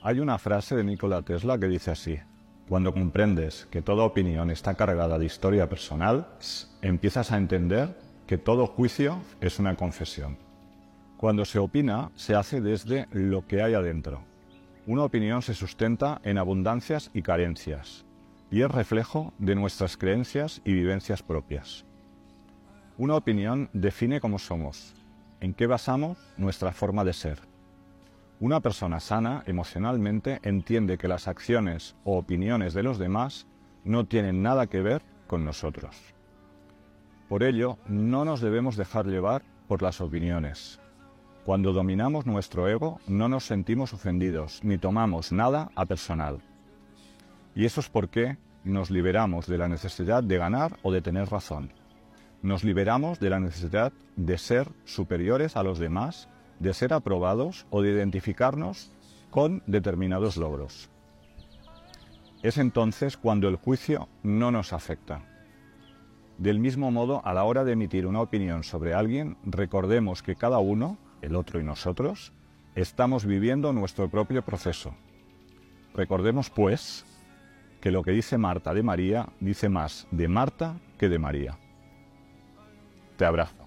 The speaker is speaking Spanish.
Hay una frase de Nikola Tesla que dice así: cuando comprendes que toda opinión está cargada de historia personal, empiezas a entender que todo juicio es una confesión. Cuando se opina, se hace desde lo que hay adentro. Una opinión se sustenta en abundancias y carencias, y es reflejo de nuestras creencias y vivencias propias. Una opinión define cómo somos, en qué basamos nuestra forma de ser. Una persona sana emocionalmente entiende que las acciones o opiniones de los demás no tienen nada que ver con nosotros. Por ello, no nos debemos dejar llevar por las opiniones. Cuando dominamos nuestro ego, no nos sentimos ofendidos ni tomamos nada a personal. Y eso es porque nos liberamos de la necesidad de ganar o de tener razón. Nos liberamos de la necesidad de ser superiores a los demás, de ser aprobados o de identificarnos con determinados logros. Es entonces cuando el juicio no nos afecta. Del mismo modo, a la hora de emitir una opinión sobre alguien, recordemos que cada uno, el otro y nosotros, estamos viviendo nuestro propio proceso. Recordemos, pues, que lo que dice Marta de María dice más de Marta que de María. Te abrazo.